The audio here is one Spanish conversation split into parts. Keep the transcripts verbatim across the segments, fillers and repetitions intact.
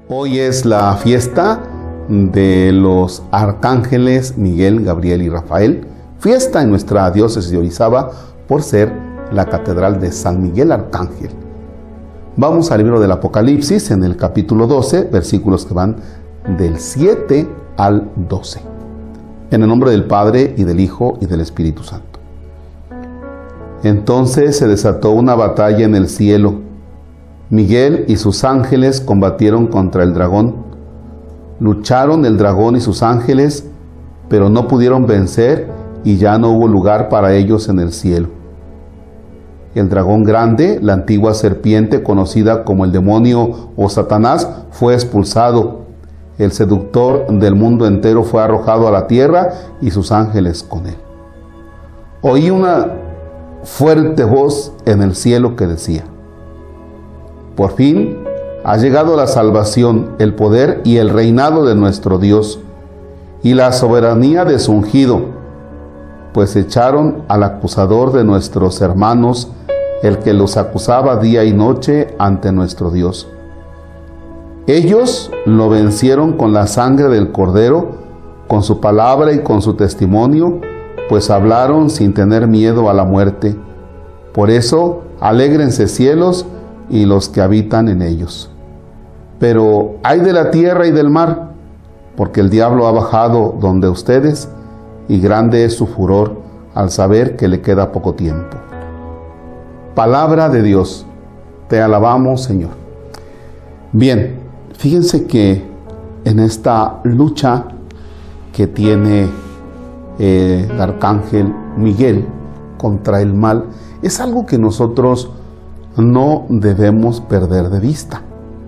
Hoy es la fiesta de los arcángeles Miguel, Gabriel y Rafael, fiesta en nuestra diócesis de Orizaba por ser la catedral de San Miguel Arcángel. Vamos al libro del Apocalipsis en el capítulo doce, versículos que van del siete al doce. En el nombre del Padre, y del Hijo, y del Espíritu Santo. Entonces se desató una batalla en el cielo. Miguel y sus ángeles combatieron contra el dragón. Lucharon el dragón y sus ángeles, pero no pudieron vencer y ya no hubo lugar para ellos en el cielo. El dragón grande, la antigua serpiente conocida como el demonio o Satanás, fue expulsado. El seductor del mundo entero fue arrojado a la tierra y sus ángeles con él. Oí una fuerte voz en el cielo que decía: por fin ha llegado la salvación, el poder y el reinado de nuestro Dios y la soberanía de su ungido, pues echaron al acusador de nuestros hermanos, el que los acusaba día y noche ante nuestro Dios. Ellos lo vencieron con la sangre del Cordero, con su palabra y con su testimonio, pues hablaron sin tener miedo a la muerte. Por eso, alégrense cielos y los que habitan en ellos. Pero ay de la tierra y del mar, porque el diablo ha bajado donde ustedes, y grande es su furor al saber que le queda poco tiempo. Palabra de Dios, te alabamos, Señor. Bien, fíjense que en esta lucha que tiene eh, el arcángel Miguel contra el mal, es algo que nosotros no debemos perder de vista.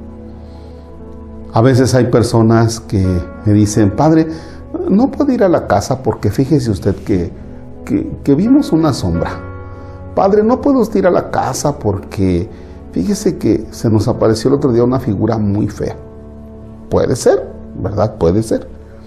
A veces hay personas que me dicen: padre, no puedo ir a la casa porque fíjese usted que, que, que vimos una sombra. Padre, no puedo ir a la casa porque fíjese que se nos apareció el otro día una figura muy fea. Puede ser, ¿verdad? Puede ser.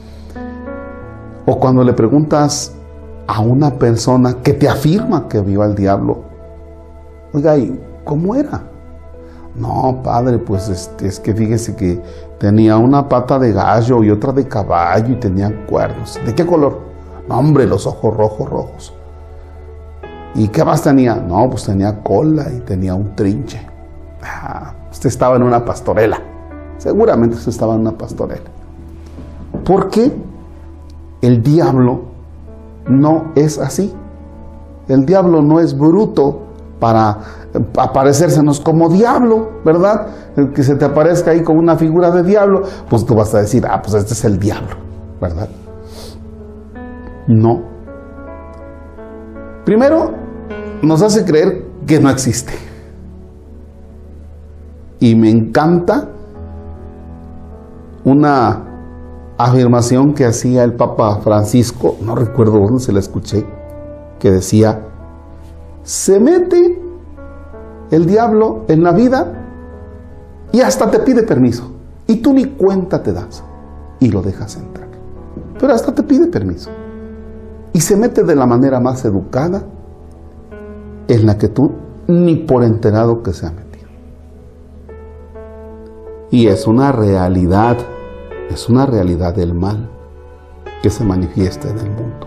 O cuando le preguntas a una persona que te afirma que vio al diablo: oiga, ¿y cómo era? No, padre, pues este, es que fíjese que tenía una pata de gallo y otra de caballo y tenía cuernos. ¿De qué color? No, hombre, los ojos rojos, rojos. ¿Y qué más tenía? No, pues tenía cola y tenía un trinche. Ah, usted estaba en una pastorela. Seguramente usted estaba en una pastorela. Porque el diablo no es así. El diablo no es bruto para aparecérsenos como diablo, ¿verdad? El que se te aparezca ahí con una figura de diablo, pues tú vas a decir: ah, pues este es el diablo, ¿verdad? No. Primero, nos hace creer que no existe. Y me encanta una afirmación que hacía el Papa Francisco, no recuerdo dónde se la escuché, que decía: se mete el diablo en la vida y hasta te pide permiso y tú ni cuenta te das y lo dejas entrar, pero hasta te pide permiso y se mete de la manera más educada en la que tú ni por enterado que se ha metido. Y es una realidad, es una realidad del mal que se manifiesta en el mundo,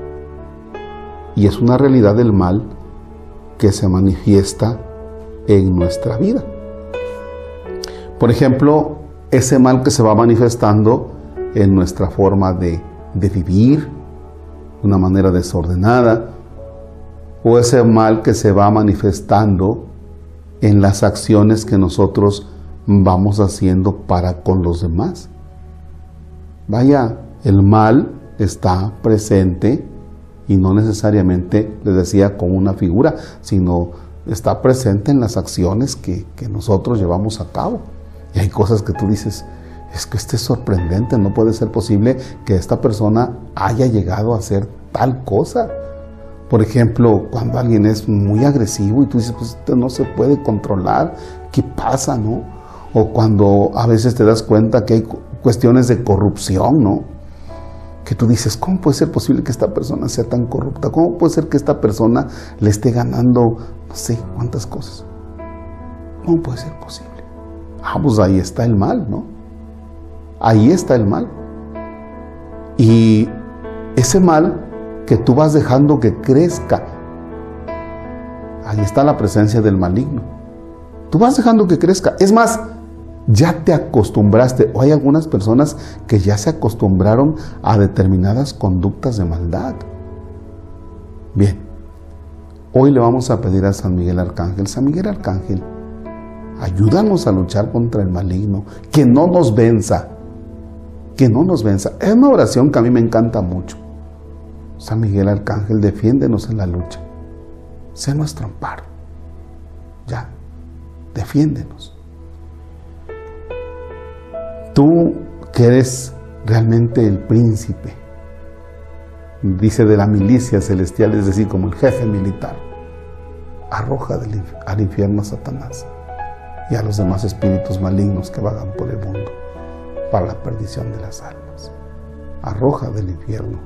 y es una realidad del mal que se manifiesta en nuestra vida. Por ejemplo, ese mal que se va manifestando en nuestra forma de, de vivir de una manera desordenada, o ese mal que se va manifestando en las acciones que nosotros vamos haciendo para con los demás. Vaya, el mal está presente, y no necesariamente, les decía, con una figura, sino está presente en las acciones que, que nosotros llevamos a cabo. Y hay cosas que tú dices: es que esto es sorprendente, no puede ser posible que esta persona haya llegado a hacer tal cosa. Por ejemplo, cuando alguien es muy agresivo y tú dices: pues esto no se puede controlar, ¿qué pasa, no? O cuando a veces te das cuenta que hay cuestiones de corrupción, ¿no? Que tú dices: ¿cómo puede ser posible que esta persona sea tan corrupta? ¿Cómo puede ser que esta persona le esté ganando no sé cuántas cosas? ¿Cómo puede ser posible? Ah, pues ahí está el mal, ¿no? ahí está el mal. Y ese mal que tú vas dejando que crezca, ahí está la presencia del maligno. Tú vas dejando que crezca. Es más, ya te acostumbraste, o hay algunas personas que ya se acostumbraron a determinadas conductas de maldad. Bien, hoy le vamos a pedir a San Miguel Arcángel: San Miguel Arcángel, ayúdanos a luchar contra el maligno, que no nos venza, que no nos venza. Es una oración que a mí me encanta mucho. San Miguel Arcángel, defiéndenos en la lucha, sé nuestro amparo, ya, defiéndenos. Tú que eres realmente el príncipe, dice, de la milicia celestial, es decir, como el jefe militar, arroja del, al infierno a Satanás y a los demás espíritus malignos que vagan por el mundo para la perdición de las almas. Arroja del infierno.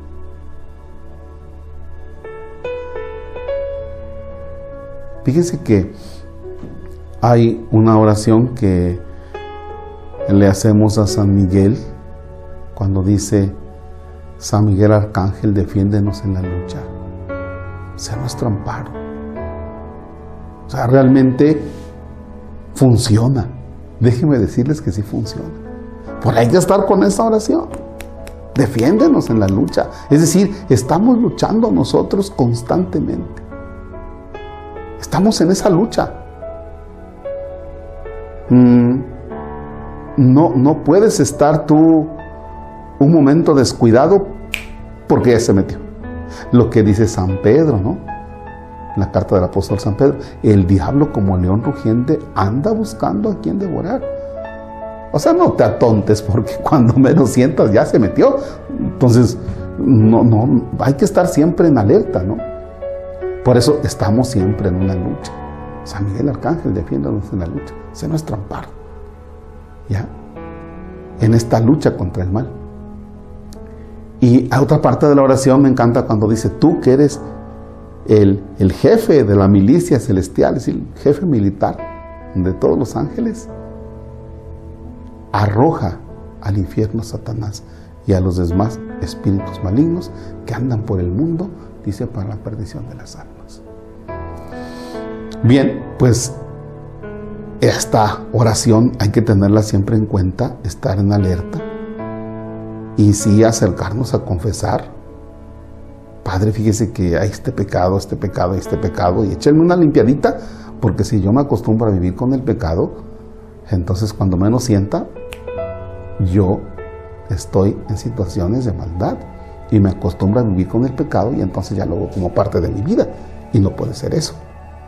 Fíjense que hay una oración que le hacemos a San Miguel cuando dice: San Miguel Arcángel, defiéndenos en la lucha, sé nuestro amparo. O sea, realmente funciona. Déjenme decirles que sí funciona. Por ahí hay que estar con esta oración. Defiéndenos en la lucha. Es decir, estamos luchando nosotros constantemente. Estamos en esa lucha. Mm, no, no puedes estar tú un momento descuidado porque ya se metió. Lo que dice San Pedro, ¿no? La carta del apóstol San Pedro: el diablo, como león rugiente, anda buscando a quien devorar. O sea, no te atontes, porque cuando menos sientas ya se metió. Entonces, no, no, hay que estar siempre en alerta, ¿no? Por eso estamos siempre en una lucha. San Miguel Arcángel, defiéndanos en la lucha, sé nuestro amparo, ¿ya? En esta lucha contra el mal. Y a otra parte de la oración me encanta cuando dice: tú que eres el, el jefe de la milicia celestial, es decir, el jefe militar de todos los ángeles, arroja al infierno a Satanás y a los demás espíritus malignos que andan por el mundo, dice, para la perdición de las almas. Bien, pues esta oración hay que tenerla siempre en cuenta, estar en alerta y sí acercarnos a confesar: Padre, fíjese que hay este pecado, este pecado, este pecado, y échenme una limpiadita, porque si yo me acostumbro a vivir con el pecado, entonces cuando menos sienta, yo estoy en situaciones de maldad y me acostumbro a vivir con el pecado, y entonces ya lo hago como parte de mi vida, y no puede ser eso.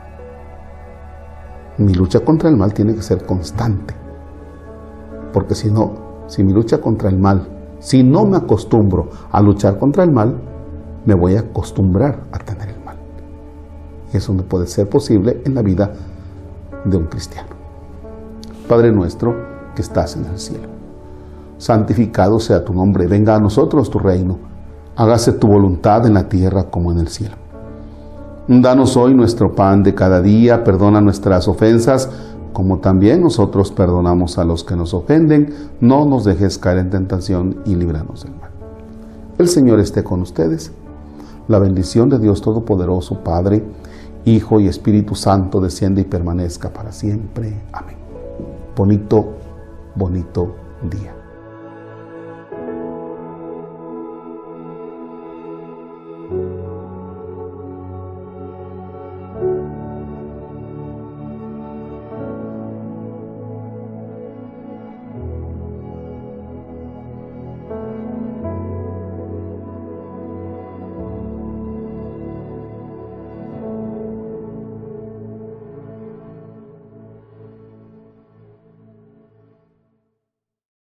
Mi lucha contra el mal tiene que ser constante, porque si no, si mi lucha contra el mal, si no me acostumbro a luchar contra el mal, me voy a acostumbrar a tener el mal. Y eso no puede ser posible en la vida de un cristiano. Padre nuestro que estás en el cielo, santificado sea tu nombre, venga a nosotros tu reino, hágase tu voluntad en la tierra como en el cielo. Danos hoy nuestro pan de cada día, perdona nuestras ofensas, como también nosotros perdonamos a los que nos ofenden. No nos dejes caer en tentación y líbranos del mal. El Señor esté con ustedes. La bendición de Dios Todopoderoso, Padre, Hijo y Espíritu Santo, desciende y permanezca para siempre. Amén. Bonito, bonito día.